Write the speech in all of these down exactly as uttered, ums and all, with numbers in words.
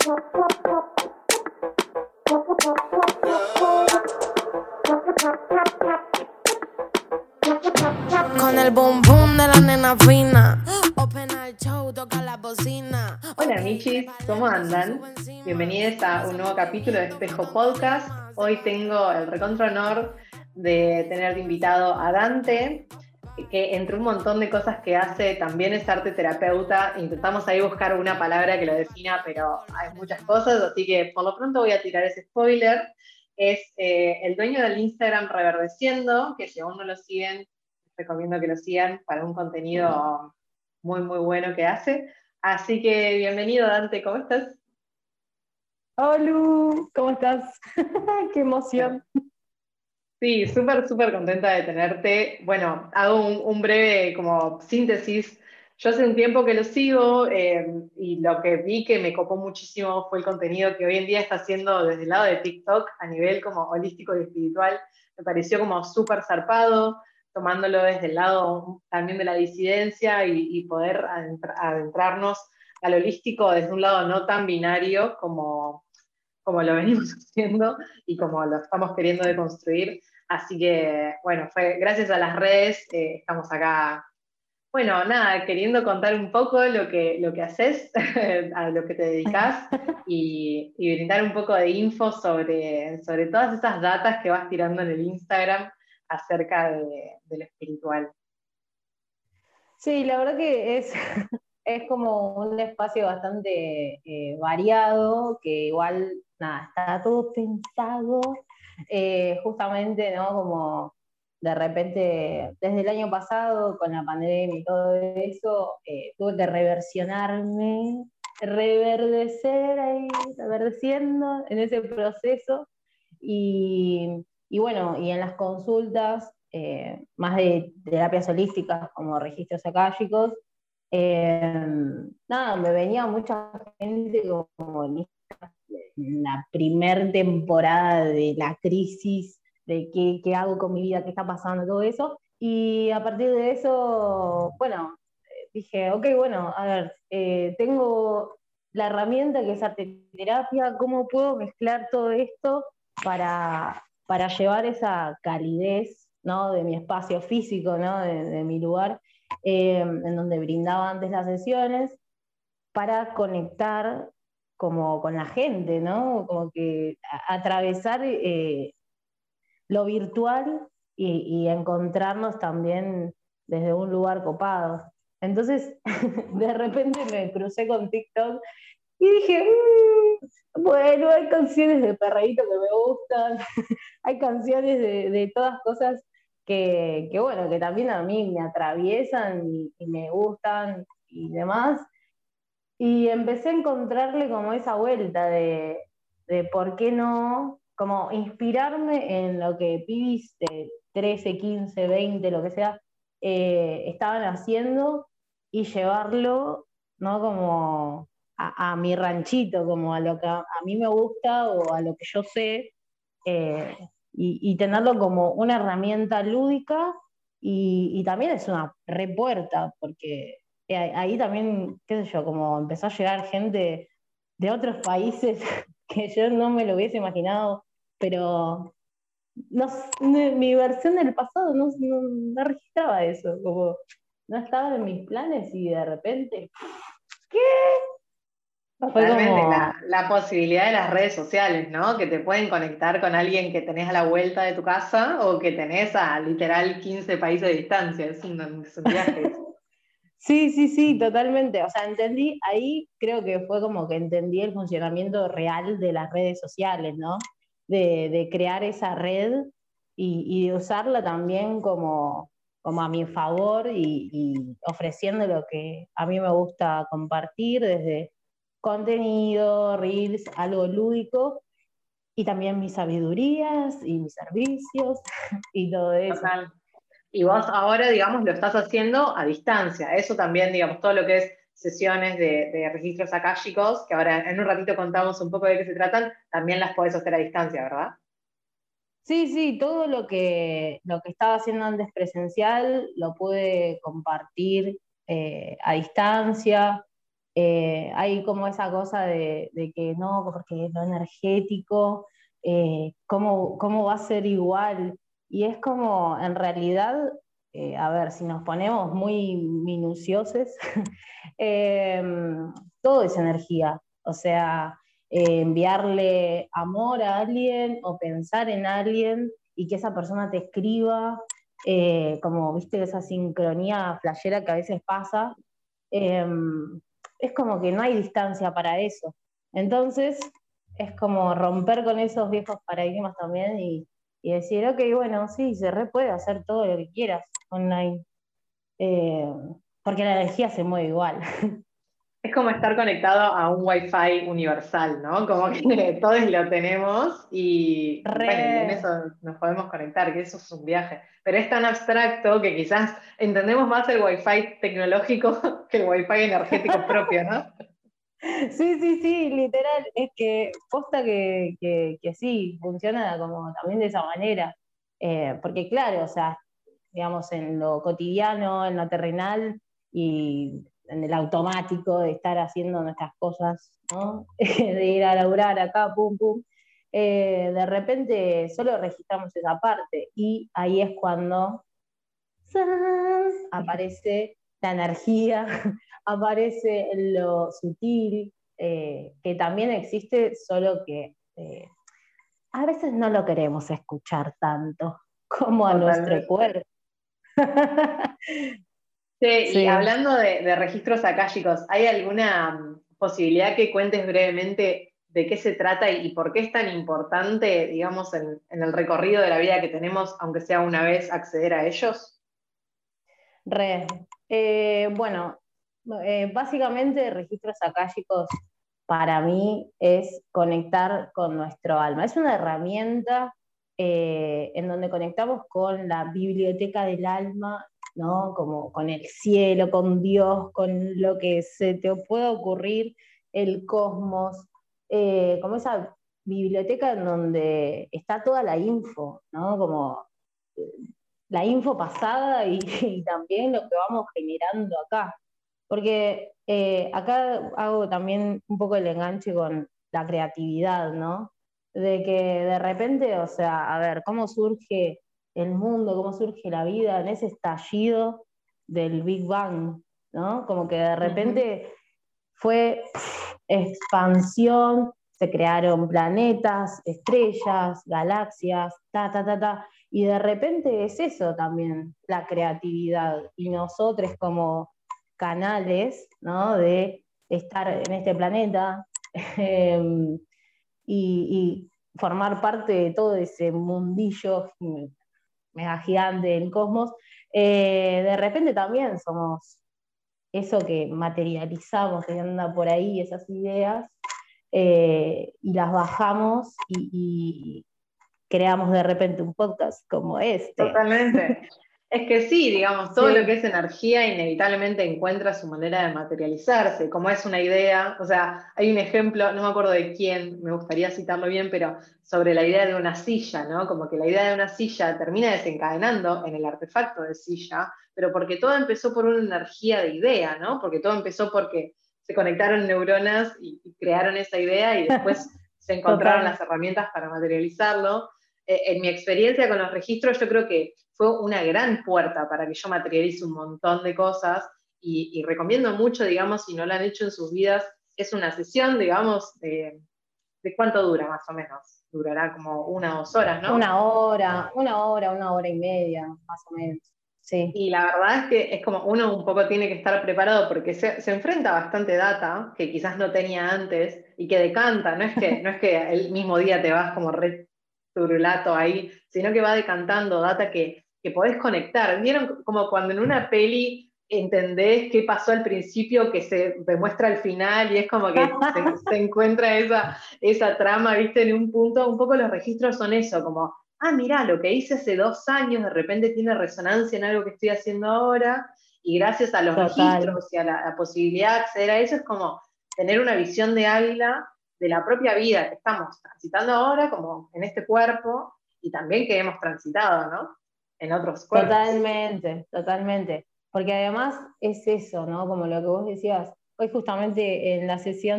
Con el boom boom de la nena fina. Open al show, toca la bocina. Hola Michis, ¿cómo andan? Bienvenidos a un nuevo capítulo de Espejo Podcast. Hoy tengo el recontra honor de tener de invitado a Dante, que entre un montón de cosas que hace también es arte terapeuta. Intentamos ahí buscar una palabra que lo defina, pero hay muchas cosas, así que por lo pronto voy a tirar ese spoiler. Es eh, el dueño del Instagram Reverdeciendo, que si aún no lo siguen, recomiendo que lo sigan para un contenido muy, muy bueno que hace. Así que bienvenido, Dante, ¿cómo estás? Hola, ¿cómo estás? ¡Qué emoción! Sí, súper, súper contenta de tenerte. Bueno, hago un, un breve como síntesis. Yo hace un tiempo que lo sigo eh, y lo que vi que me copó muchísimo fue el contenido que hoy en día está haciendo desde el lado de TikTok a nivel como holístico y espiritual. Me pareció como súper zarpado, tomándolo desde el lado también de la disidencia y, y poder adentra- adentrarnos al holístico desde un lado no tan binario como, como lo venimos haciendo y como lo estamos queriendo deconstruir. Así que, bueno, fue gracias a las redes, eh, estamos acá, bueno, nada, queriendo contar un poco lo que, lo que haces, a lo que te dedicas y, y brindar un poco de info sobre, sobre todas esas datas que vas tirando en el Instagram acerca de, de lo espiritual. Sí, la verdad que es, es como un espacio bastante eh, variado, que igual, nada, está todo pensado, eh, justamente, ¿no? Como de repente, desde el año pasado, con la pandemia y todo eso, eh, tuve que reversionarme, reverdecer ahí, reverdeciendo en ese proceso. Y, y bueno, y en las consultas, eh, más de terapias holísticas como registros akáshicos, eh, nada, me venía mucha gente como en la primer temporada de la crisis, de qué, qué hago con mi vida, qué está pasando, todo eso. Y a partir de eso, bueno, dije, ok, bueno, a ver, eh, tengo la herramienta que es arte terapia, ¿cómo puedo mezclar todo esto para, para llevar esa calidez, ¿no? De mi espacio físico, ¿no? De, de mi lugar, eh, en donde brindaba antes las sesiones, para conectar como con la gente, ¿no? Como que a- atravesar eh, lo virtual y, y encontrarnos también desde un lugar copado. Entonces, de repente me crucé con TikTok y dije, "Mm, bueno, hay canciones de perreíto que me gustan, hay canciones de, de todas cosas que, que, bueno, que también a mí me atraviesan y, y me gustan y demás. Y empecé a encontrarle como esa vuelta de, de por qué no, como inspirarme en lo que pibis de trece, quince, veinte, lo que sea, eh, estaban haciendo y llevarlo, ¿no? Como a, a mi ranchito, como a lo que a, a mí me gusta o a lo que yo sé, eh, y, y tenerlo como una herramienta lúdica y, y también es una repuerta, porque eh, ahí también, qué sé yo, como empezó a llegar gente de otros países que yo no me lo hubiese imaginado, pero no, mi versión del pasado no, no, no registraba eso, como no estaba en mis planes y de repente, ¿qué? Fue Totalmente, como, la, la posibilidad de las redes sociales, ¿no? Que te pueden conectar con alguien que tenés a la vuelta de tu casa o que tenés a literal quince países de distancia. Es un, es un viaje. sí, sí, sí, totalmente. O sea, entendí, ahí creo que fue como que entendí el funcionamiento real de las redes sociales, ¿no? De, de crear esa red y, y de usarla también como, como a mi favor y, y ofreciendo lo que a mí me gusta compartir desde contenido, reels, algo lúdico y también mis sabidurías y mis servicios y todo eso. Total. Y vos ahora, digamos, lo estás haciendo a distancia. Eso también, digamos, todo lo que es sesiones de, de registros akáshicos, que ahora en un ratito contamos un poco de qué se tratan, también las podés hacer a distancia, ¿verdad? Sí, sí, todo lo que, lo que estaba haciendo antes presencial lo pude compartir eh, a distancia. eh, hay como esa cosa de, de que no, porque lo energético, eh, ¿cómo, cómo va a ser igual? Y es como, en realidad, eh, a ver, si nos ponemos muy minuciosos, eh, todo es energía. O sea, eh, enviarle amor a alguien o pensar en alguien y que esa persona te escriba, eh, como viste esa sincronía flashera que a veces pasa, eh, es como que no hay distancia para eso. Entonces, es como romper con esos viejos paradigmas también y, y decir, ok, bueno, sí, se re puede hacer todo lo que quieras online, eh, porque la energía se mueve igual. Es como estar conectado a un Wi-Fi universal, ¿no? Como que todos lo tenemos y, y bueno, y en Re, eso nos podemos conectar, que eso es un viaje. Pero es tan abstracto que quizás entendemos más el Wi-Fi tecnológico que el Wi-Fi energético propio, ¿no? sí, sí, sí, literal, es que posta que, que, que sí, funciona como también de esa manera. Eh, porque claro, o sea, digamos, en lo cotidiano, en lo terrenal y en el automático de estar haciendo nuestras cosas, ¿no? De ir a laburar acá, pum, pum. Eh, de repente solo registramos esa parte y ahí es cuando ¡zas! Aparece la energía, aparece lo sutil, eh, que también existe, solo que eh, a veces no lo queremos escuchar tanto como a nuestro Totalmente. cuerpo. Sí, y Sí, hablando de, de registros akáshicos, ¿hay alguna mm, posibilidad que cuentes brevemente de qué se trata y, y por qué es tan importante, digamos, en, en el recorrido de la vida que tenemos, aunque sea una vez, acceder a ellos? re. Eh, bueno, eh, básicamente registros akáshicos para mí es conectar con nuestro alma. Es una herramienta eh, en donde conectamos con la biblioteca del alma, ¿no? Como con el cielo, con Dios, con lo que se te pueda ocurrir, el cosmos, eh, como esa biblioteca en donde está toda la info, ¿no? Como eh, la info pasada y, y también lo que vamos generando acá. Porque eh, acá hago también un poco el enganche con la creatividad, ¿no? De que de repente, o sea, a ver, cómo surge el mundo, cómo surge la vida en ese estallido del Big Bang, ¿no? Como que de Ujú. repente fue pff, expansión, se crearon planetas, estrellas, galaxias, ta, ta, ta, ta. Y de repente es eso también, la creatividad. Y nosotros como canales, ¿no? De estar en este planeta eh, y, y, formar parte de todo ese mundillo mega gigante del cosmos, eh, de repente también somos eso que materializamos, que anda por ahí, esas ideas, eh, y las bajamos y, y creamos de repente un podcast como este. Totalmente. Es que sí, digamos, todo lo que Sí, es energía inevitablemente encuentra su manera de materializarse, como es una idea, o sea, hay un ejemplo, no me acuerdo de quién, me gustaría citarlo bien, pero sobre la idea de una silla, ¿no? Como que la idea de una silla termina desencadenando en el artefacto de silla, pero porque todo empezó por una energía de idea, ¿no? Porque todo empezó porque se conectaron neuronas y, y crearon esa idea y después se encontraron total. las herramientas para materializarlo. Eh, en mi experiencia con los registros, yo creo que fue una gran puerta para que yo materialice un montón de cosas y, y recomiendo mucho, digamos, si no lo han hecho en sus vidas, es una sesión, digamos, de, de cuánto dura más o menos. Durará como una o dos horas, ¿no? Una hora, una hora, una hora y media, más o menos. Sí, Y la verdad es que es como uno un poco tiene que estar preparado porque se, se enfrenta a bastante data que quizás no tenía antes y que decanta, no es que, no es que el mismo día te vas como re turulato ahí, sino que va decantando data que, que podés conectar. ¿Vieron como cuando en una peli entendés qué pasó al principio que se demuestra al final y es como que se, se encuentra esa, esa trama, viste, en un punto? Un poco los registros son eso, como ah, mirá, lo que hice hace dos años de repente tiene resonancia en algo que estoy haciendo ahora, y gracias a los total, registros y a la, la posibilidad de acceder a eso es como tener una visión de águila de la propia vida que estamos transitando ahora, como en este cuerpo, y también que hemos transitado, ¿no? En otros cuerpos. totalmente, totalmente. Porque además es eso, ¿no? Como lo que vos decías, hoy justamente en la sesión,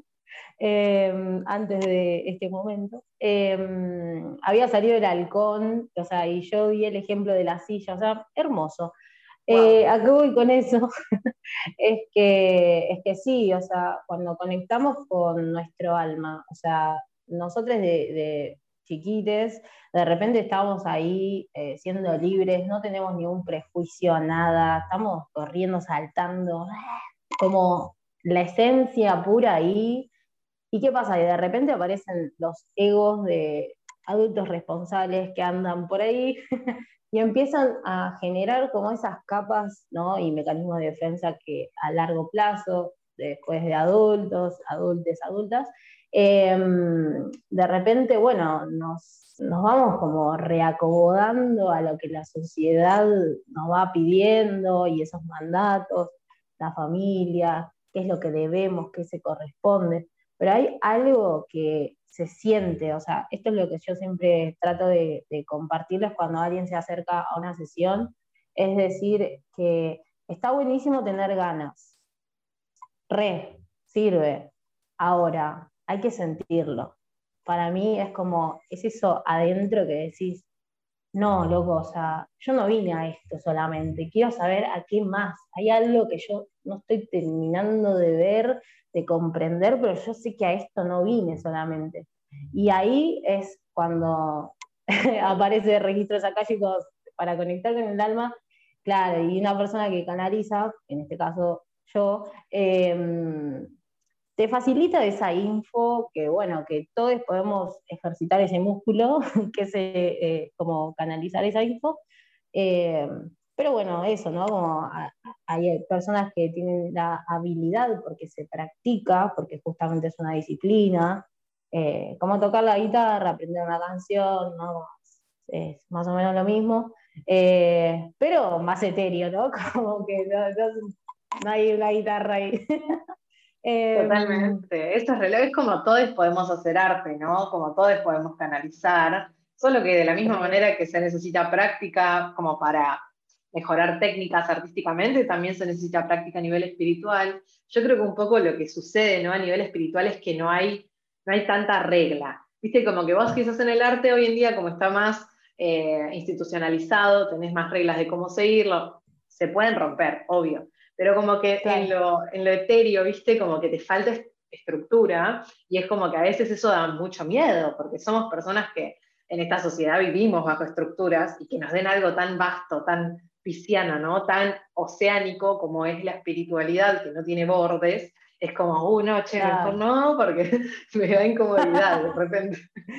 eh, antes de este momento, eh, había salido el halcón, o sea, y yo vi el ejemplo de la silla, o sea, hermoso. Eh, Wow. ¿a qué voy con eso? Es que, es que sí, o sea, cuando conectamos con nuestro alma, o sea, nosotros de, de chiquites, de repente estamos ahí eh, siendo libres, no tenemos ningún prejuicio a nada, estamos corriendo, saltando, como la esencia pura ahí. ¿Y qué pasa? Y de repente aparecen los egos de adultos responsables que andan por ahí y empiezan a generar como esas capas, ¿no? Y mecanismos de defensa que a largo plazo, después de adultos, adultos, adultas, eh, de repente, bueno, nos, nos vamos como reacomodando a lo que la sociedad nos va pidiendo y esos mandatos, la familia, qué es lo que debemos, qué se corresponde. Pero hay algo que se siente, o sea, esto es lo que yo siempre trato de, de compartirles cuando alguien se acerca a una sesión, es decir, que está buenísimo tener ganas, re, sirve, ahora hay que sentirlo. Para mí es como, es eso adentro que decís, no, loco, o sea, yo no vine a esto solamente, quiero saber a qué más. Hay algo que yo no estoy terminando de ver, de comprender, pero yo sé que a esto no vine solamente. Y ahí es cuando aparece registros akáshicos para conectar con el alma, claro, y una persona que canaliza, en este caso yo, eh, te facilita esa info que, bueno, que todos podemos ejercitar ese músculo, que es eh, eh, como canalizar esa info. Eh, pero bueno, eso, ¿no? Como a, hay personas que tienen la habilidad porque se practica, porque justamente es una disciplina, eh, como tocar la guitarra, aprender una canción, ¿no? Es más o menos lo mismo, eh, pero más etéreo, ¿no? Como que no, no, no hay una guitarra ahí. eh, Totalmente. Esto es, relo- es como todos podemos hacer arte, ¿no? Como todos podemos canalizar, solo que de la misma Re, manera que se necesita práctica como para mejorar técnicas artísticamente, también se necesita práctica a nivel espiritual. Yo creo que un poco lo que sucede, ¿no? A nivel espiritual es que no hay, no hay tanta regla. Viste, como que vos quizás en el arte hoy en día, como está más eh, institucionalizado, tenés más reglas de cómo seguirlo, se pueden romper, obvio, pero como que en claro. lo, en lo etéreo, viste, como que te falta est- estructura, y es como que a veces eso da mucho miedo, porque somos personas que en esta sociedad vivimos bajo estructuras, y que nos den algo tan vasto, tan pisciano, ¿no? Tan oceánico como es la espiritualidad, que no tiene bordes, es como, uh, no, che, mejor Claro. no, porque me da incomodidad de repente.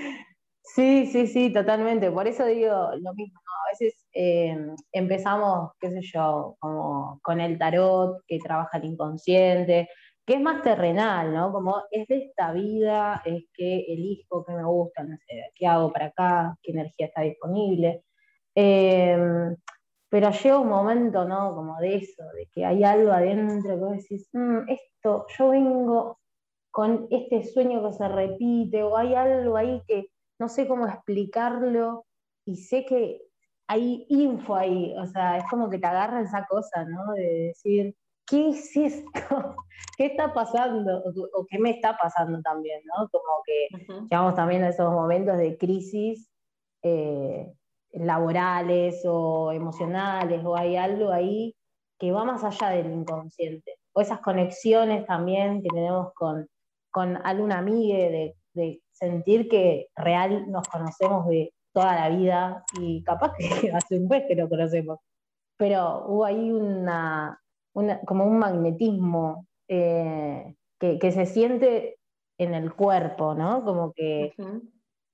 Sí, sí, sí, totalmente. Por eso digo lo mismo, ¿no? A veces eh, empezamos, qué sé yo, como con el tarot que trabaja el inconsciente, que es más terrenal, ¿no? Como es de esta vida, es que elijo qué me gusta, no sé, qué hago para acá, qué energía está disponible. Eh, pero llega un momento, ¿no? Como de eso, de que hay algo adentro que vos decís, "Mm, esto, yo vengo con este sueño que se repite, o hay algo ahí que no sé cómo explicarlo, y sé que hay info ahí, o sea, es como que te agarra esa cosa, ¿no? De decir, ¿qué es esto? ¿Qué está pasando? O, o qué me está pasando también, ¿no? Como que Ujú. llegamos también a esos momentos de crisis eh, laborales o emocionales, o hay algo ahí que va más allá del inconsciente, o esas conexiones también que tenemos con con alguna amiga, de, de sentir que real nos conocemos de toda la vida y capaz que hace un mes que lo conocemos, pero hubo ahí una, una como un magnetismo eh, que, que se siente en el cuerpo, ¿no? Como que Ujú.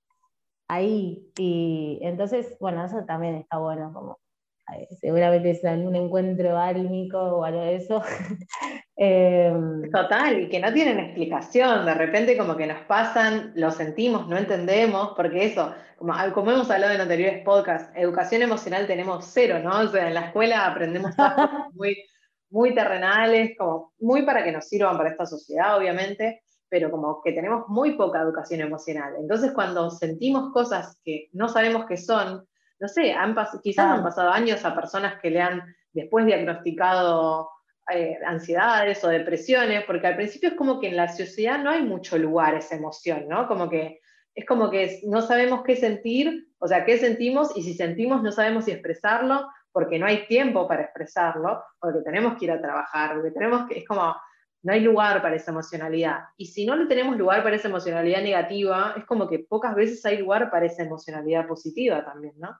ahí, y entonces, bueno, eso también está bueno, como eh, seguramente es algún encuentro álmico o algo de eso. eh, Total, y que no tienen explicación, de repente como que nos pasan, lo sentimos, no entendemos, porque eso, como, como hemos hablado en anteriores podcasts, educación emocional tenemos cero, ¿no? O sea, en la escuela aprendemos todas cosas muy, muy terrenales, como muy para que nos sirvan para esta sociedad, obviamente, pero como que tenemos muy poca educación emocional. Entonces cuando sentimos cosas que no sabemos qué son, no sé, han pas- quizás han claro, pasado años a personas que le han después diagnosticado eh, ansiedades o depresiones, porque al principio es como que en la sociedad no hay mucho lugar a esa emoción, ¿no? Como que es como que no sabemos qué sentir, o sea, qué sentimos, y si sentimos no sabemos si expresarlo, porque no hay tiempo para expresarlo, porque tenemos que ir a trabajar, porque tenemos que, es como, no hay lugar para esa emocionalidad. Y si no le tenemos lugar para esa emocionalidad negativa, es como que pocas veces hay lugar para esa emocionalidad positiva también, ¿no?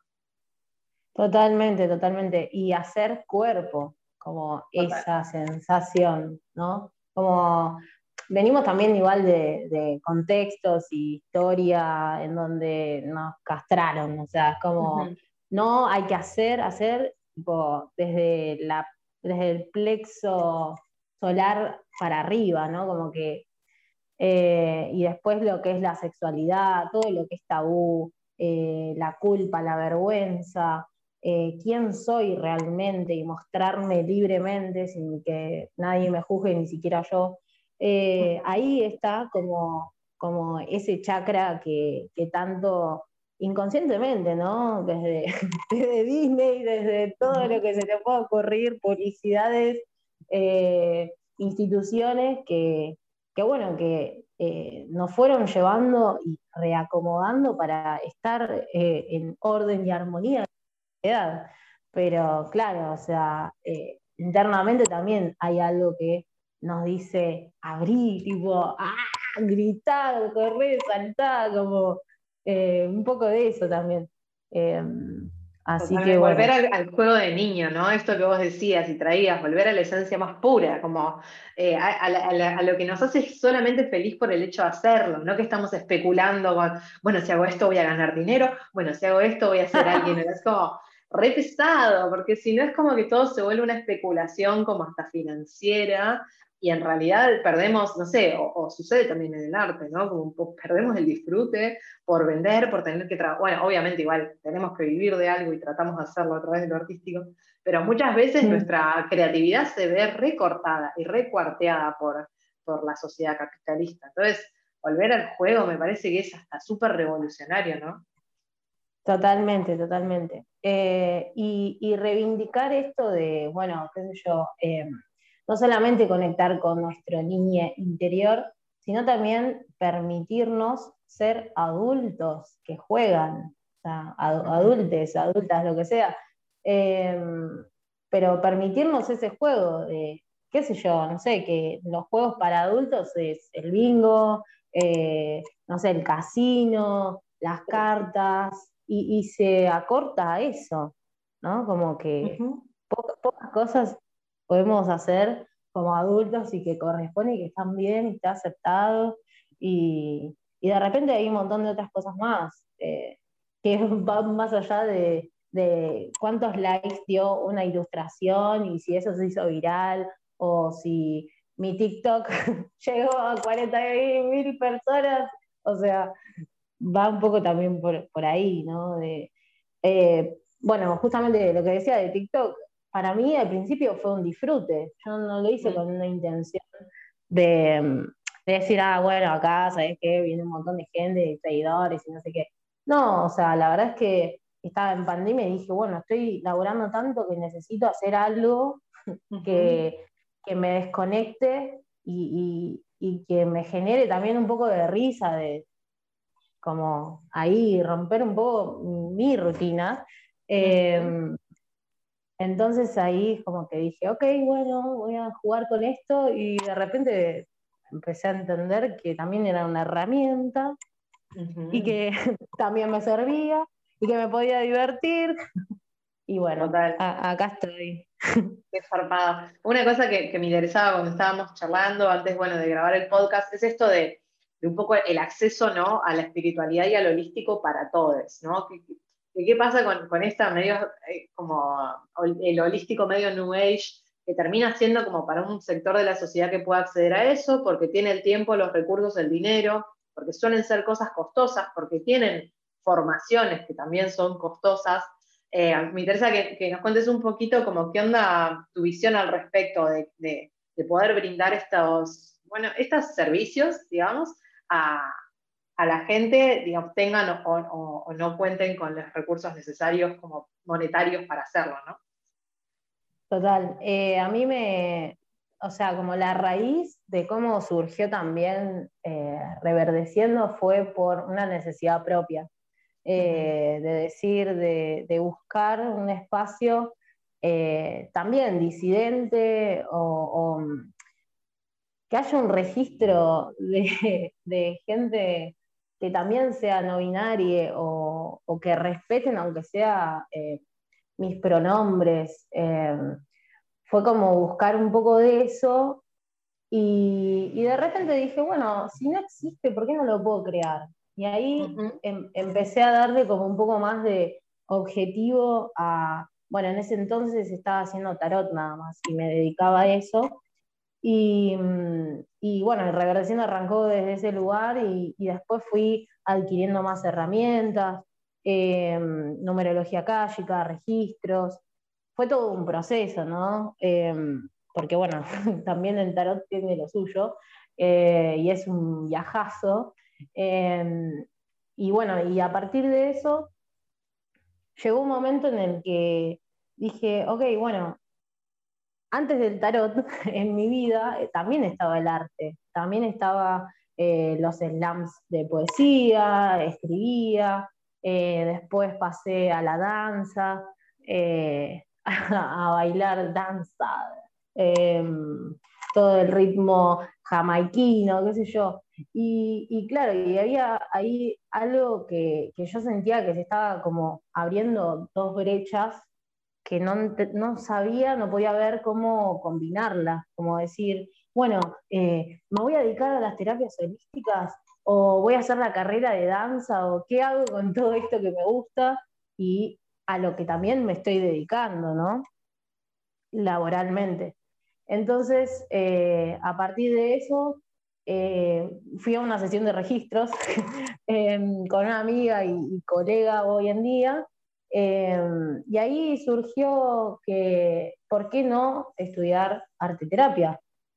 Totalmente, totalmente. Y hacer cuerpo, como Total. esa sensación, ¿no? Como venimos también igual de, de contextos y historia en donde nos castraron, o sea, es como, Ujú. no hay que hacer, hacer tipo, desde la, desde el plexo solar para arriba, ¿no? Como que, eh, y después lo que es la sexualidad, todo lo que es tabú, eh, la culpa, la vergüenza, eh, quién soy realmente y mostrarme libremente sin que nadie me juzgue, ni siquiera yo. Eh, Ujú. ahí está como, como ese chakra que, que tanto inconscientemente, ¿no? Desde, desde Disney, desde todo lo Ujú. que se te pueda ocurrir, publicidades, eh, instituciones que, que bueno, que eh, nos fueron llevando y reacomodando para estar eh, en orden y armonía edad. Pero claro, o sea, eh, internamente también hay algo que nos dice abrir, tipo, ¡ah! Gritar, correr, saltar, como eh, un poco de eso también. Eh, Así que Totalmente. bueno, Volver al, al juego de niño, ¿no? Esto que vos decías y traías, volver a la esencia más pura, como eh, a, a la- a la- a lo que nos hace solamente feliz por el hecho de hacerlo, no que estamos especulando con, bueno, si hago esto voy a ganar dinero, bueno, si hago esto voy a ser alguien, es como re pesado, porque si no es como que todo se vuelve una especulación como hasta financiera, y en realidad perdemos, no sé, o, o sucede también en el arte, ¿no? Como un poco perdemos el disfrute por vender, por tener que trabajar. Bueno, obviamente igual tenemos que vivir de algo y tratamos de hacerlo a través de lo artístico, pero muchas veces nuestra creatividad se ve recortada y recuarteada por, por la sociedad capitalista. Entonces, volver al juego me parece que es hasta súper revolucionario, ¿no? totalmente, totalmente. Eh, y, y reivindicar esto de, bueno, qué sé yo, eh, no solamente conectar con nuestro niño interior, sino también permitirnos ser adultos que juegan, o sea, ad- Ujú. adultes, adultas, lo que sea. Eh, pero permitirnos ese juego de, qué sé yo, no sé, que los juegos para adultos es el bingo, eh, no sé, el casino, las cartas, y, y se acorta a eso, ¿no? Como que Ujú. po- pocas cosas podemos hacer como adultos y que corresponde y que están bien y está aceptado, y, y de repente hay un montón de otras cosas más, eh, que van más allá de, de cuántos likes dio una ilustración y si eso se hizo viral, o si mi TikTok llegó a cuarenta mil personas, o sea, va un poco también por, por ahí, ¿no? De, eh, bueno, justamente lo que decía de TikTok, para mí al principio fue un disfrute, yo no lo hice Mm. con una intención de, de decir, ah, bueno, acá, ¿sabes qué? Viene un montón de gente, de seguidores y no sé qué. No, o sea, la verdad es que estaba en pandemia y dije, bueno, estoy laburando tanto que necesito hacer algo Ujú. que, que me desconecte y, y, y que me genere también un poco de risa, de como ahí romper un poco mi rutina. Ujú. Eh, entonces ahí como que dije, ok, bueno, voy a jugar con esto y de repente empecé a entender que también era una herramienta y Ujú. que también me servía y que me podía divertir y bueno, Total. a- acá estoy. Qué zarpado. Una cosa que, que me interesaba cuando estábamos charlando antes, bueno, de grabar el podcast, es esto de, de un poco el acceso, ¿no? A la espiritualidad y al holístico para todos, ¿no? ¿Qué, qué- qué pasa con, con esta medio, eh, como hol- el holístico medio New Age, que termina siendo como para un sector de la sociedad que pueda acceder a eso, porque tiene el tiempo, los recursos, el dinero, porque suelen ser cosas costosas, porque tienen formaciones que también son costosas. Eh, me interesa que, que nos cuentes un poquito como qué onda tu visión al respecto de, de- de poder brindar estos, bueno, estos servicios, digamos, a, a la gente, digamos, tengan o, o- o no cuenten con los recursos necesarios como monetarios para hacerlo, ¿no? Total, eh, a mí me, o sea, como la raíz de cómo surgió también eh, Reverdeciendo fue por una necesidad propia, eh, de decir, de, de buscar un espacio eh, también disidente o, o que haya un registro de, de gente que también sea no binaria o, o que respeten, aunque sea eh, mis pronombres. Eh, fue como buscar un poco de eso y, y de repente dije, bueno, si no existe, ¿por qué no lo puedo crear? Y ahí Ujú. em, empecé a darle como un poco más de objetivo a, bueno, en ese entonces estaba haciendo tarot nada más y me dedicaba a eso. Y, mm, y bueno, el Reverdeciendo arrancó desde ese lugar y, y después fui adquiriendo más herramientas, eh, numerología akáshica, registros. Fue todo un proceso, ¿no? Eh, porque bueno, también el tarot tiene lo suyo eh, y es un viajazo. Eh, y bueno, y a partir de eso llegó un momento en el que dije, ok, bueno, antes del tarot, en mi vida, eh, también estaba el arte, también estaba eh, los slams de poesía, escribía, eh, después pasé a la danza, eh, a bailar danza, eh, todo el ritmo jamaiquino, qué sé yo. Y, y claro, y había ahí algo que, que yo sentía que se estaba como abriendo dos brechas que no, no sabía, no podía ver cómo combinarlas, como decir, bueno, eh, me voy a dedicar a las terapias holísticas o voy a hacer la carrera de danza o qué hago con todo esto que me gusta y a lo que también me estoy dedicando, ¿no? Laboralmente. Entonces, eh, a partir de eso, eh, fui a una sesión de registros eh, con una amiga y, y, colega hoy en día, eh, y ahí surgió que, ¿por qué no estudiar arte terapia?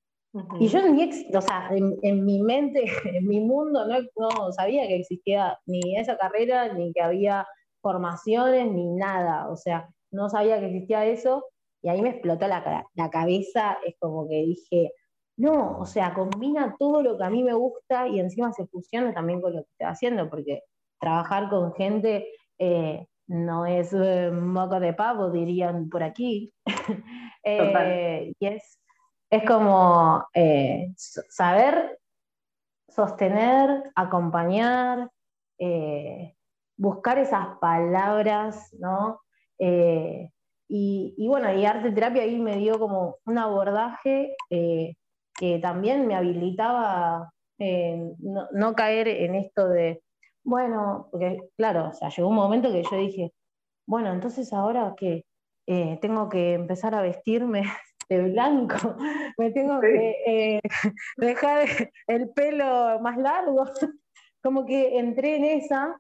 Y yo Ujú. en mi, ex, o sea, en, en, mi mente, en mi mundo, no, no sabía que existía ni esa carrera, ni que había formaciones, ni nada. O sea, no sabía que existía eso y ahí me explotó la, la cabeza. Es como que dije, no, o sea, combina todo lo que a mí me gusta y encima se fusiona también con lo que estoy haciendo, porque trabajar con gente eh, no es eh, moco de pavo, dirían por aquí. Total. eh, y es es como eh, saber sostener, acompañar, eh, buscar esas palabras, ¿no? Eh, y, y, bueno, y arte terapia ahí me dio como un abordaje eh, que también me habilitaba eh, no, no caer en esto de, bueno, porque claro, o sea, llegó un momento que yo dije, bueno, entonces ahora que eh, tengo que empezar a vestirme de blanco, me tengo Sí. que eh, dejar el pelo más largo, como que entré en esa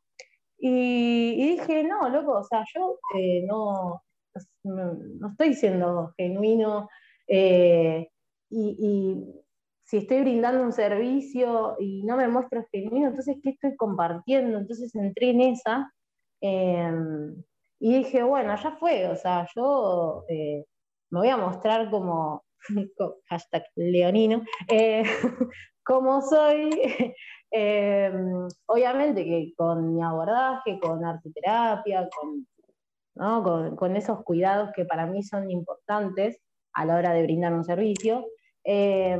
y, y dije, no, loco, o sea, yo eh, no, no, no estoy siendo genuino eh, y, y si estoy brindando un servicio y no me muestro genuino, entonces, ¿qué estoy compartiendo? Entonces entré en esa. eh, y dije, bueno, ya fue, o sea, yo eh, me voy a mostrar como, con hashtag leonino, eh, como soy, eh, obviamente que con mi abordaje, con arteterapia, con, ¿no? con, con esos cuidados que para mí son importantes a la hora de brindar un servicio, eh,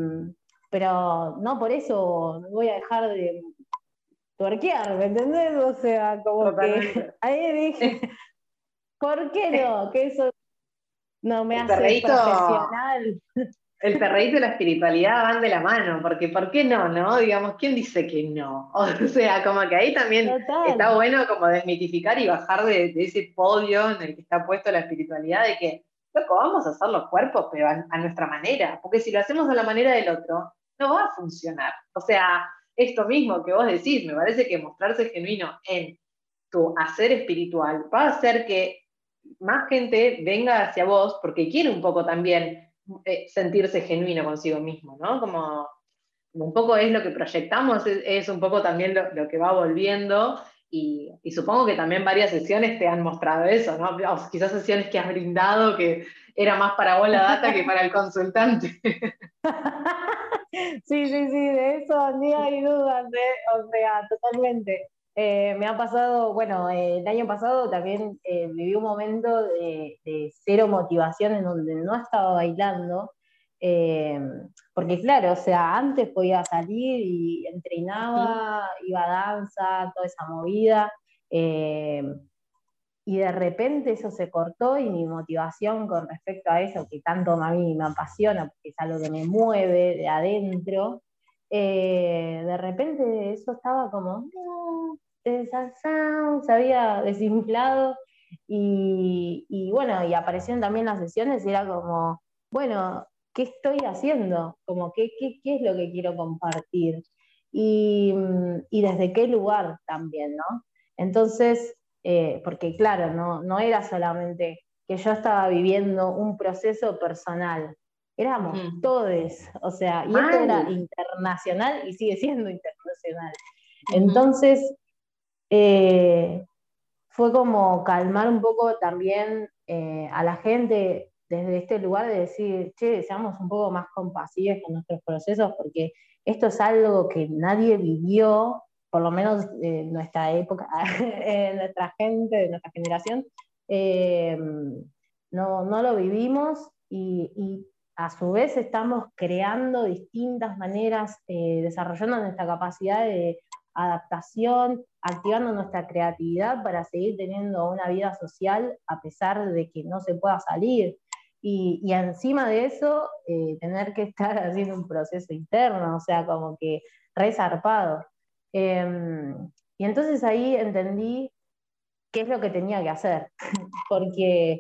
pero no por eso voy a dejar de tuerquear, ¿me entendés? O sea, como que Totalmente. ahí dije, Es- ¿por qué es- no? Que eso no me el hace perreíto, profesional. el perreíto y la espiritualidad van de la mano, porque ¿por qué no, no? Digamos, ¿quién dice que no? O sea, como que ahí también está Total, bueno como desmitificar y bajar de, de ese podio en el que está puesto la espiritualidad de que, loco, vamos a hacer los cuerpos, pero a, a nuestra manera, porque si lo hacemos a la manera del otro, no va a funcionar. O sea, esto mismo que vos decís, me parece que mostrarse genuino en tu hacer espiritual va a hacer que más gente venga hacia vos porque quiere un poco también eh, sentirse genuino consigo mismo, ¿no? Como, como un poco es lo que proyectamos, es, es un poco también lo, lo, que va volviendo y, y supongo que también varias sesiones te han mostrado eso, ¿no? O quizás sesiones que has brindado que era más para vos la data que para el consultante. Sí, sí, sí, de eso ni hay dudas, ¿eh? O sea, totalmente. Eh, me ha pasado, bueno, eh, el año pasado también eh, viví un momento de, de cero motivación en donde no estaba bailando, eh, porque claro, o sea, antes podía salir y entrenaba, iba a danza, toda esa movida, eh, y de repente eso se cortó y mi motivación con respecto a eso, que tanto a mí me apasiona, porque es algo que me mueve de adentro, eh, de repente eso estaba como, no, desasado, se había desinflado y, y bueno, y aparecieron también las sesiones y era como, bueno, ¿qué estoy haciendo? Como, ¿qué, qué, qué es lo que quiero compartir? Y, y desde qué lugar también, ¿no? Entonces, eh, porque claro, no, no era solamente que yo estaba viviendo un proceso personal, éramos Mm. todos, o sea, y esto era Mal. internacional y sigue siendo internacional. Ujú. Entonces, eh, fue como calmar un poco también eh, a la gente desde este lugar de decir, che, seamos un poco más compasivos con nuestros procesos, porque esto es algo que nadie vivió, por lo menos en nuestra época, en nuestra gente, de nuestra generación, eh, no, no lo vivimos y, y, a su vez estamos creando distintas maneras, eh, desarrollando nuestra capacidad de adaptación, activando nuestra creatividad para seguir teniendo una vida social a pesar de que no se pueda salir. Y, y encima de eso, eh, tener que estar haciendo un proceso interno, o sea, como que re zarpado. Eh, y entonces ahí entendí qué es lo que tenía que hacer, porque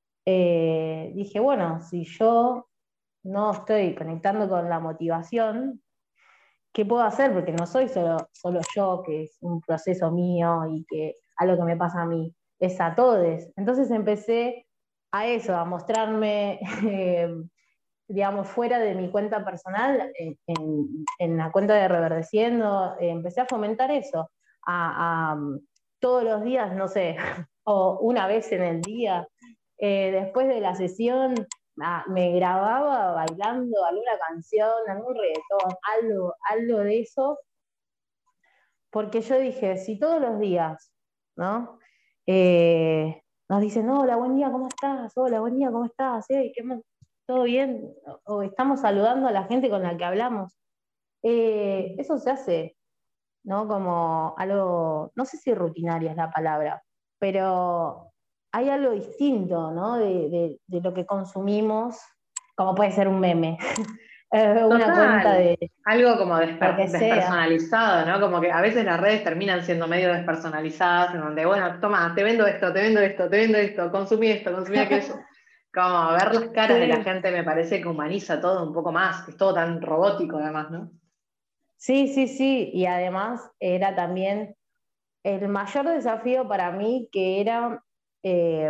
eh, dije, bueno, si yo no estoy conectando con la motivación, ¿qué puedo hacer? Porque no soy solo, solo yo, que es un proceso mío y que algo que me pasa a mí, es a todos. Entonces empecé a eso, a mostrarme, eh, digamos, fuera de mi cuenta personal, en, en- en la cuenta de Reverdeciendo, eh, empecé a fomentar eso, a, a, um, todos los días, no sé, o una vez en el día, eh, después de la sesión, ah, me grababa bailando alguna canción, algún reggaetón, algo, algo de eso, porque yo dije, si todos los días, ¿no? Eh, nos dicen, hola, buen día, ¿cómo estás? Hola, buen día, ¿cómo estás? ¿Eh? ¿Qué más? ¿Todo bien? O, o estamos saludando a la gente con la que hablamos. Eh, eso se hace, ¿no? Como algo, no sé si rutinaria es la palabra, pero hay algo distinto, ¿no? De, de- de lo que consumimos, como puede ser un meme, eh, una cuenta Total. de Algo como lo desper- que sea. despersonalizado, ¿no? Como que a veces las redes terminan siendo medio despersonalizadas, en donde, bueno, toma, te vendo esto, te vendo esto, te vendo esto, consumí esto, consumí aquello. Como ver las caras de la Sí, gente me parece que humaniza todo un poco más, que es todo tan robótico además, ¿no? sí, sí, sí, y además era también el mayor desafío para mí que era eh,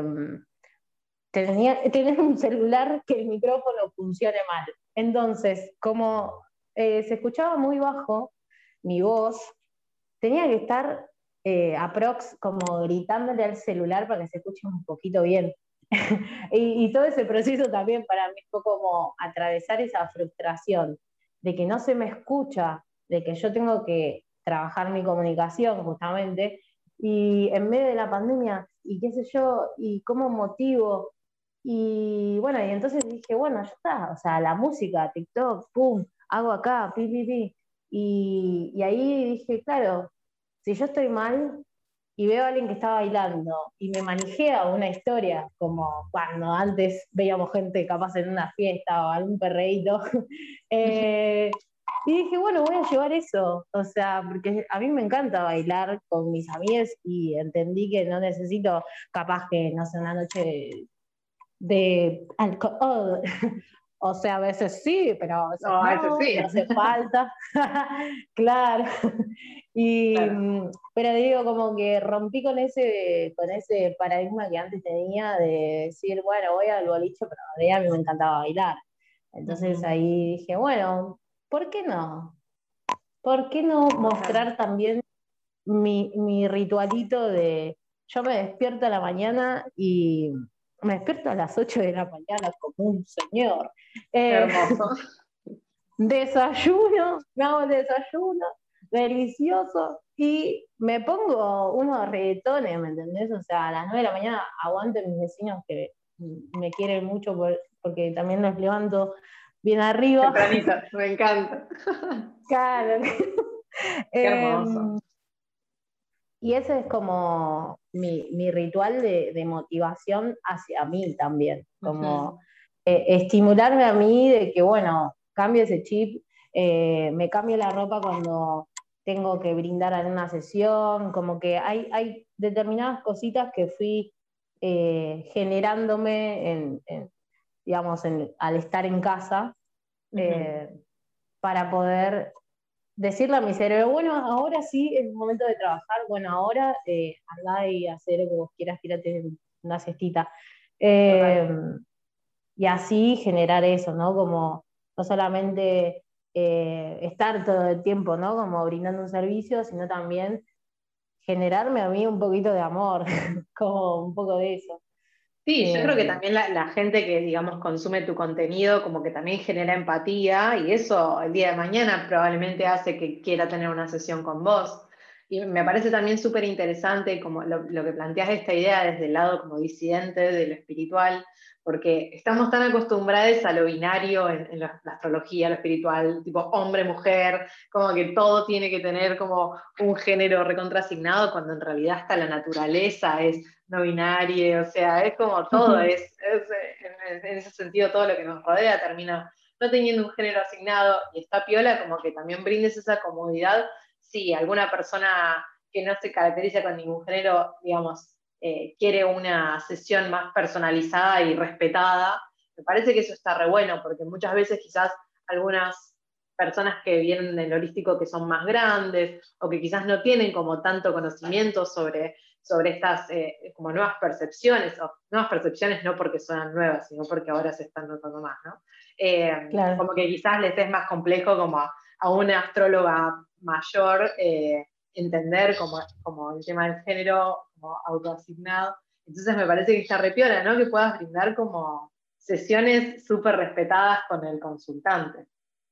tenía, tener un celular que el micrófono funcione mal. Entonces, como eh, se escuchaba muy bajo mi voz, tenía que estar eh, aprox como gritándole al celular para que se escuche un poquito bien. y, y todo ese proceso también para mí fue como atravesar esa frustración de que no se me escucha, de que yo tengo que trabajar mi comunicación justamente, y en medio de la pandemia, y qué sé yo, y cómo motivo, y bueno, y entonces dije, bueno, ya está, o sea, la música, TikTok, pum, hago acá, pi, pi, pi, y, y ahí dije, claro, si yo estoy mal, y veo a alguien que está bailando y me manijea una historia, como cuando antes veíamos gente capaz en una fiesta o algún perreíto, eh, y dije, bueno, voy a llevar eso, o sea, porque a mí me encanta bailar con mis amigas y entendí que no necesito capaz que, no sé, una noche de alcohol. O sea, a veces sí, pero a veces No, a veces no, sí. y hace falta. Claro. Y, Claro. mm, pero digo, como que rompí con ese, con ese paradigma que antes tenía de decir, bueno, voy al boliche, pero en realidad a mí me encantaba bailar. Entonces Ujú. ahí dije, bueno, ¿por qué no? ¿Por qué no Total. mostrar también mi, mi ritualito de, yo me despierto a la mañana y me despierto a las ocho de la mañana como un señor. Eh, Hermoso. Desayuno, me hago el desayuno, delicioso, y me pongo unos reggaetones, ¿me entendés? O sea, a las nueve de la mañana aguanto a mis vecinos que me quieren mucho por, porque también los levanto bien arriba. Tempranito, me encanta. Claro. Qué eh, hermoso. y ese es como mi, mi ritual de, de motivación hacia mí también, como Ujú. eh, estimularme a mí de que, bueno, cambie ese chip, eh, me cambio la ropa cuando tengo que brindar en una sesión, como que hay, hay determinadas cositas que fui eh, generándome en, en, digamos, en, al estar en casa, Ujú. eh, para poder decirle a mi cerebro, bueno, ahora sí es el momento de trabajar, bueno, ahora eh, andá y hacer lo que vos quieras, tírate una siestita. Eh, Total. y así generar eso, ¿no? Como no solamente eh, estar todo el tiempo, ¿no? Como brindando un servicio, sino también generarme a mí un poquito de amor, como un poco de eso. Sí, yo Eh, creo que también la, la gente que, digamos, consume tu contenido como que también genera empatía y eso el día de mañana probablemente hace que quiera tener una sesión con vos. Y me parece también súper interesante como lo, lo que planteas esta idea desde el lado como disidente de lo espiritual, porque estamos tan acostumbrados a lo binario en, en la, la astrología, lo espiritual, tipo hombre-mujer, como que todo tiene que tener como un género recontrasignado, cuando en realidad hasta la naturaleza es no binario, o sea, es como todo, es, es en, en ese sentido todo lo que nos rodea termina no teniendo un género asignado y está piola como que también brindes esa comodidad si alguna persona que no se caracteriza con ningún género, digamos, eh, quiere una sesión más personalizada y respetada, me parece que eso está re bueno, porque muchas veces quizás algunas personas que vienen del holístico que son más grandes o que quizás no tienen como tanto conocimiento sobre sobre estas eh, como nuevas percepciones, o nuevas percepciones no porque son nuevas, sino porque ahora se están notando más, ¿no? Eh, claro. como que quizás les es más complejo como a, a una astróloga mayor eh, entender como, como el tema del género como autoasignado. Entonces me parece que está repiola, ¿no? Que puedas brindar como sesiones súper respetadas con el consultante.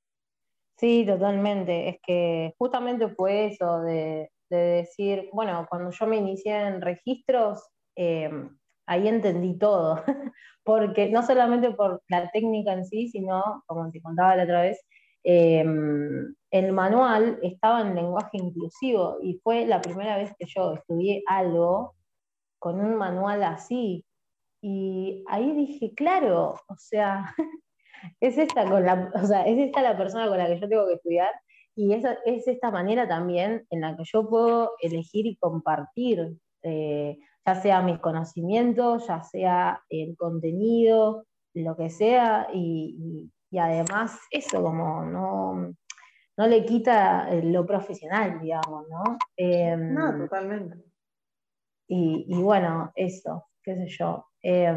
Sí, totalmente. Es que justamente fue eso de, de decir, bueno, cuando yo me inicié en registros, eh, ahí entendí todo, porque no solamente por la técnica en sí, sino, como te contaba la otra vez, eh, el manual estaba en lenguaje inclusivo y fue la primera vez que yo estudié algo con un manual así. Y ahí dije, claro, o sea, es esta, con la, o sea, es esta la persona con la que yo tengo que estudiar y esa, es esta manera también en la que yo puedo elegir y compartir, eh, ya sea mis conocimientos, ya sea el contenido, lo que sea, y, y- y además eso como no, no le quita eh, lo profesional, digamos, ¿no? Eh, No, totalmente. y, y bueno, eso, qué sé yo. Eh,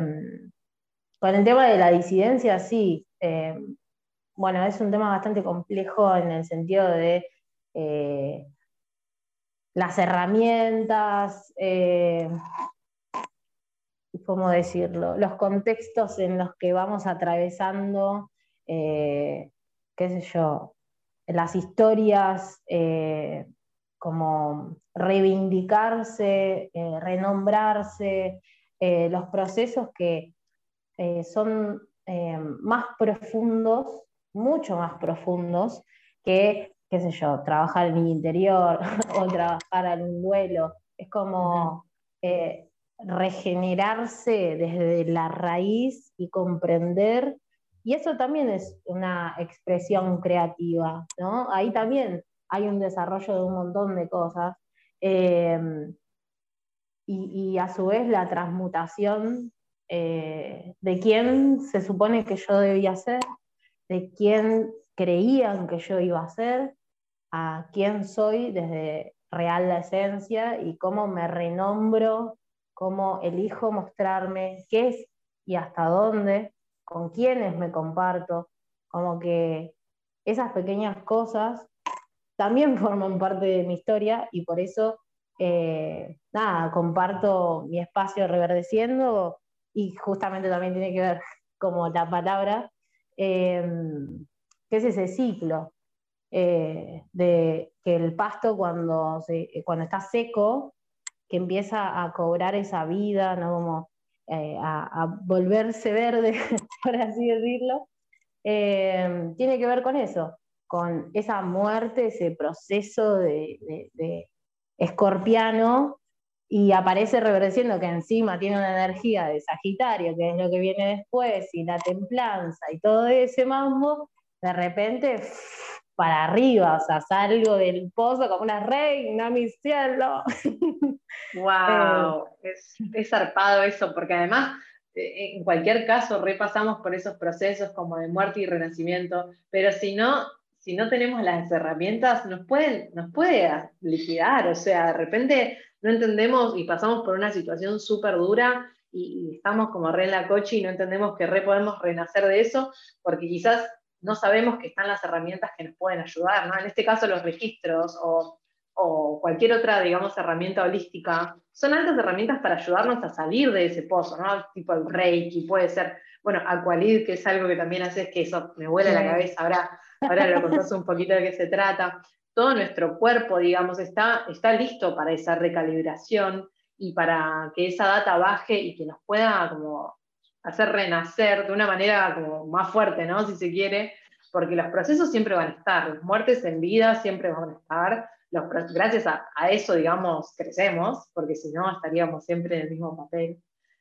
con el tema de la disidencia, sí. eh, bueno, es un tema bastante complejo en el sentido de eh, las herramientas, eh, ¿cómo decirlo? Los contextos en los que vamos atravesando, eh, qué sé yo, las historias, eh, como reivindicarse, eh, renombrarse, eh, los procesos que eh, son eh, más profundos, mucho más profundos que, qué sé yo, trabajar en el interior o trabajar en un duelo. Es Ujú. como eh, regenerarse desde la raíz y comprender. Y eso también es una expresión creativa, ¿no? Ahí también hay un desarrollo de un montón de cosas. Eh, y, y a su vez la transmutación eh, de quién se supone que yo debía ser, de quién creían que yo iba a ser, a quién soy desde real la esencia y cómo me renombro, cómo elijo mostrarme, qué es y hasta dónde, con quiénes me comparto, como que esas pequeñas cosas también forman parte de mi historia y por eso eh, nada, comparto mi espacio reverdeciendo y justamente también tiene que ver como la palabra, eh, que es ese ciclo eh, de que el pasto cuando, se, cuando está seco, que empieza a cobrar esa vida, ¿no? Como eh, a, a, volverse verde, por así decirlo, eh, tiene que ver con eso, con esa muerte, ese proceso de, de, de escorpiano, y aparece reverdeciendo que encima tiene una energía de Sagitario, que es lo que viene después, y la templanza y todo ese mambo, de repente pff, para arriba, o sea, salgo del pozo como una reina, mi cielo. eh, Wow, es, es zarpado eso, porque además, eh, en cualquier caso, repasamos por esos procesos como de muerte y renacimiento, pero si no, si no tenemos las herramientas, nos pueden, nos puede liquidar, o sea, de repente no entendemos y pasamos por una situación súper dura y, y estamos como re en la coche y no entendemos que re podemos renacer de eso, porque quizás no sabemos que están las herramientas que nos pueden ayudar, ¿no? En este caso los registros o o cualquier otra, digamos, herramienta holística, son altas herramientas para ayudarnos a salir de ese pozo, ¿no? Tipo el Reiki, puede ser, bueno, Aqualid, que es algo que también haces, que eso me vuela la cabeza, ahora, ahora lo contás un poquito de qué se trata. Todo nuestro cuerpo, digamos, está, está listo para esa recalibración y para que esa data baje y que nos pueda como hacer renacer de una manera como más fuerte, ¿no? Si se quiere, porque los procesos siempre van a estar, las muertes en vida siempre van a estar, los, gracias a, a, eso, digamos, crecemos, porque si no estaríamos siempre en el mismo papel.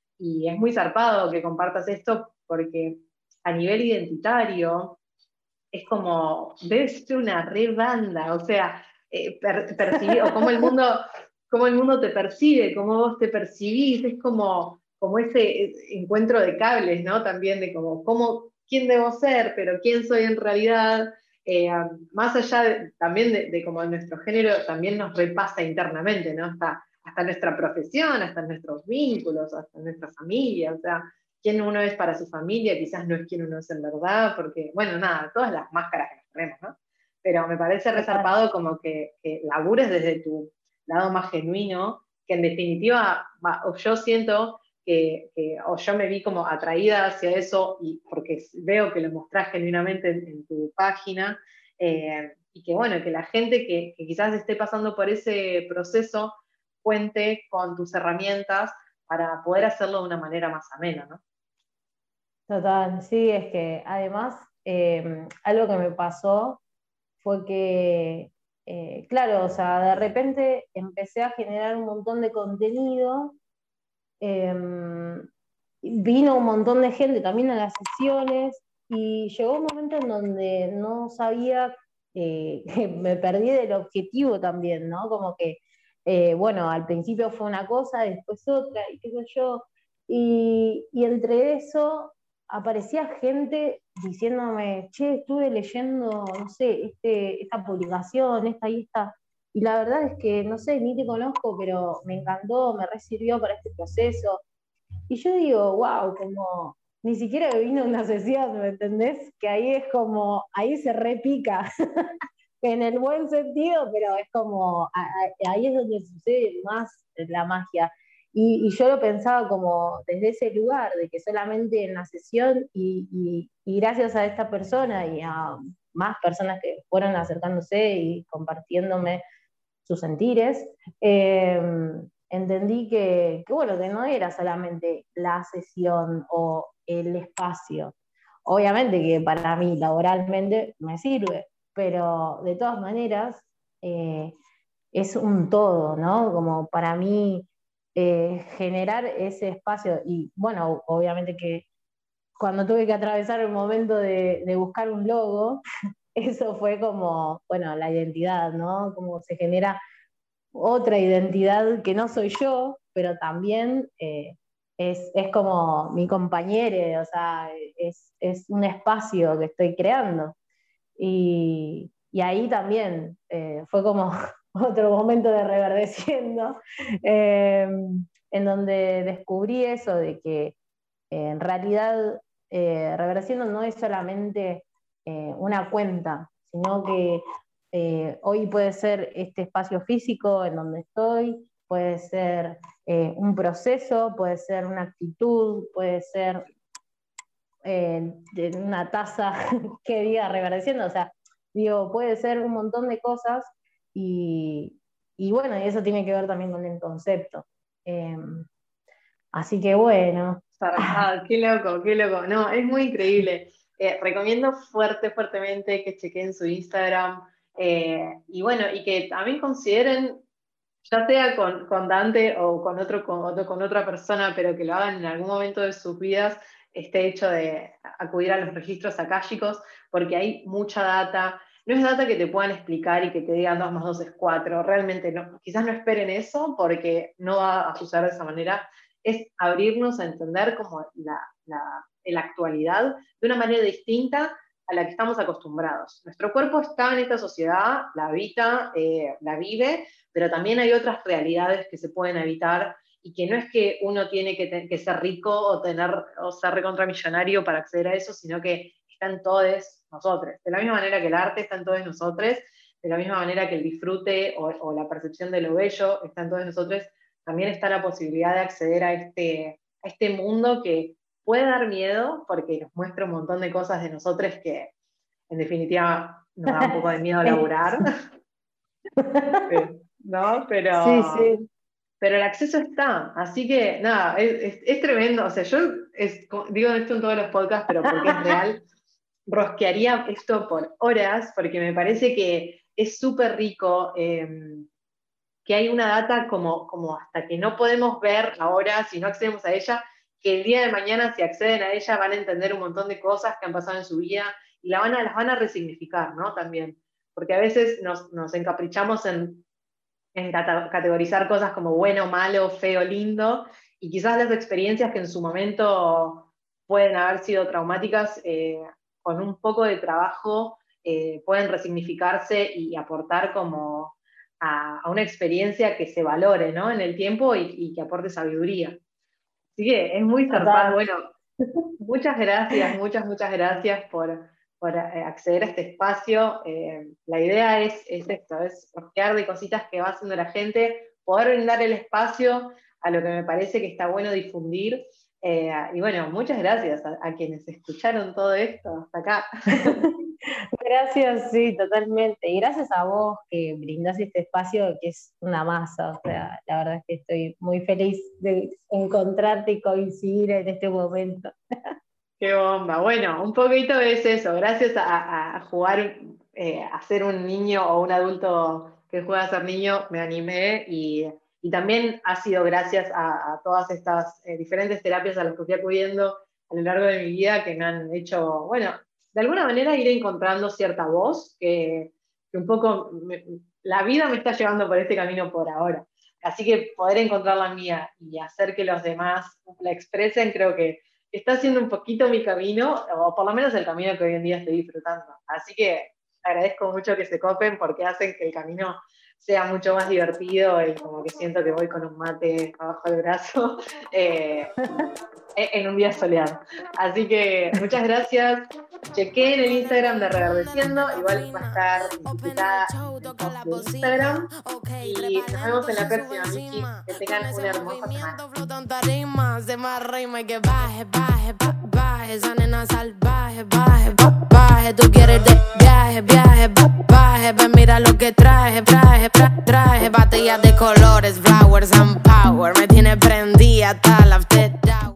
Y es muy zarpado que compartas esto, porque a nivel identitario es como, debe ser una re banda, o sea, eh, per, percibir, o cómo el mundo, cómo el mundo te percibe, cómo vos te percibís, es como, como ese encuentro de cables, ¿no? También de como, cómo, quién debo ser, pero quién soy en realidad. Eh, más allá de, también de, de como nuestro género, también nos repasa internamente, ¿no? Hasta, hasta nuestra profesión, hasta nuestros vínculos, hasta nuestra familia, o sea, quién uno es para su familia, quizás no es quien uno es en verdad, porque, bueno, nada, todas las máscaras que nos ponemos, ¿no? Pero me parece resarpado como que, que labures desde tu lado más genuino, que en definitiva, o yo siento que, que, o yo me vi como atraída hacia eso, y porque veo que lo mostrás genuinamente en, en tu página, eh, y que bueno, que la gente que, que quizás esté pasando por ese proceso cuente con tus herramientas para poder hacerlo de una manera más amena, ¿no? Total, sí, es que además eh, algo que me pasó fue que, eh, claro, o sea, de repente empecé a generar un montón de contenido, eh, vino un montón de gente también a las sesiones y llegó un momento en donde no sabía, eh, me perdí del objetivo también, ¿no? Como que, eh, bueno, al principio fue una cosa, después otra, y qué sé yo, y, y entre eso aparecía gente diciéndome, che, estuve leyendo, no sé, este, esta publicación, esta y esta, y la verdad es que, no sé, ni te conozco, pero me encantó, me resirvió para este proceso. Y yo digo, wow, como ni siquiera me vino una sesión, ¿me entendés? Que ahí es como, ahí se repica, en el buen sentido, pero es como, a, a, ahí es donde sucede más la magia. Y, y yo lo pensaba como desde ese lugar, de que solamente en la sesión y, y, y gracias a esta persona y a más personas que fueron acercándose y compartiéndome sus sentires, eh, entendí que, que, bueno, que no era solamente la sesión o el espacio. Obviamente que para mí laboralmente me sirve, pero de todas maneras eh, es un todo, ¿no? Como para mí eh, generar ese espacio y bueno, obviamente que cuando tuve que atravesar el momento de, de buscar un logo, eso fue como, bueno, la identidad, ¿no? Como se genera otra identidad que no soy yo, pero también eh, es, es como mi compañero, o sea, es, es un espacio que estoy creando. Y, y ahí también eh, fue como otro momento de reverdeciendo, eh, en donde descubrí eso de que eh, en realidad eh, reverdeciendo no es solamente eh, una cuenta, sino que Eh, hoy puede ser este espacio físico en donde estoy, puede ser eh, un proceso, puede ser una actitud, puede ser eh, de una taza que diga reverdeciendo, o sea, digo, puede ser un montón de cosas y, y bueno, y eso tiene que ver también con el concepto. Eh, así que bueno. Zarpado, qué loco, qué loco. No, es muy increíble. Eh, recomiendo fuerte, fuertemente que chequen su Instagram eh, y bueno, y que también consideren, ya sea con, con Dante o con, otro, con, otro, con otra persona, pero que lo hagan en algún momento de sus vidas, este hecho de acudir a los registros akáshicos, porque hay mucha data. No es data que te puedan explicar y que te digan dos más dos es cuatro, realmente no. Quizás no esperen eso porque no va a suceder de esa manera. Es abrirnos a entender como la, la, la actualidad de una manera distinta a la que estamos acostumbrados. Nuestro cuerpo está en esta sociedad, la habita, eh, la vive, pero también hay otras realidades que se pueden evitar y que no es que uno tiene que, que ser rico o, tener, o ser recontramillonario para acceder a eso, sino que están todos nosotros. De la misma manera que el arte está en todos nosotros, de la misma manera que el disfrute o, o la percepción de lo bello está en todos nosotros, también está la posibilidad de acceder a este, a este mundo que puede dar miedo porque nos muestra un montón de cosas de nosotros que en definitiva nos da un poco de miedo laburar. ¿No? Pero, sí, sí. pero el acceso está, así que nada, es, es, es tremendo. O sea, yo es, digo esto en todos los podcasts, pero porque es real, rosquearía esto por horas, porque me parece que es súper rico. Eh, que hay una data como, como hasta que no podemos ver ahora, si no accedemos a ella, que el día de mañana si acceden a ella van a entender un montón de cosas que han pasado en su vida y la van a, las van a resignificar, ¿no? También, porque a veces nos, nos encaprichamos en, en categorizar cosas como bueno, malo, feo, lindo, y quizás las experiencias que en su momento pueden haber sido traumáticas, eh, con un poco de trabajo eh, pueden resignificarse y aportar como A, a una experiencia que se valore, ¿no? En el tiempo y, y que aporte sabiduría. Así que es muy zarpado. Bueno, muchas gracias, muchas, muchas gracias por, por acceder a este espacio. Eh, la idea es, es esto, es rosquear de cositas que va haciendo la gente, poder brindar el espacio a lo que me parece que está bueno difundir. Eh, y bueno, muchas gracias a, a quienes escucharon todo esto hasta acá. Gracias, sí, totalmente. Y gracias a vos que brindás este espacio que es una masa. O sea, la verdad es que estoy muy feliz de encontrarte y coincidir en este momento. Qué bomba. Bueno, un poquito es eso. Gracias a, a jugar, eh, a ser un niño o un adulto que juega a ser niño, me animé y, y también ha sido gracias a, a todas estas eh, diferentes terapias a las que fui acudiendo a lo largo de mi vida que me han hecho, bueno, de alguna manera ir encontrando cierta voz, que, que un poco me, la vida me está llevando por este camino por ahora. Así que poder encontrar la mía y hacer que los demás la expresen, creo que está siendo un poquito mi camino, o por lo menos el camino que hoy en día estoy disfrutando. Así que agradezco mucho que se copen porque hacen que el camino sea mucho más divertido y como que siento que voy con un mate abajo del brazo eh, en un día soleado. Así que muchas gracias. Chequeen el Instagram de Reverdeciendo, igual va a estar publicada en el Instagram. Y nos vemos en la próxima, Miki. Que tengan una hermosa semana. Tú quieres de viaje, viaje, viaje, ven mira lo que traje, traje, traje, traje, baterías de colores, flowers and power, me tiene prendida hasta la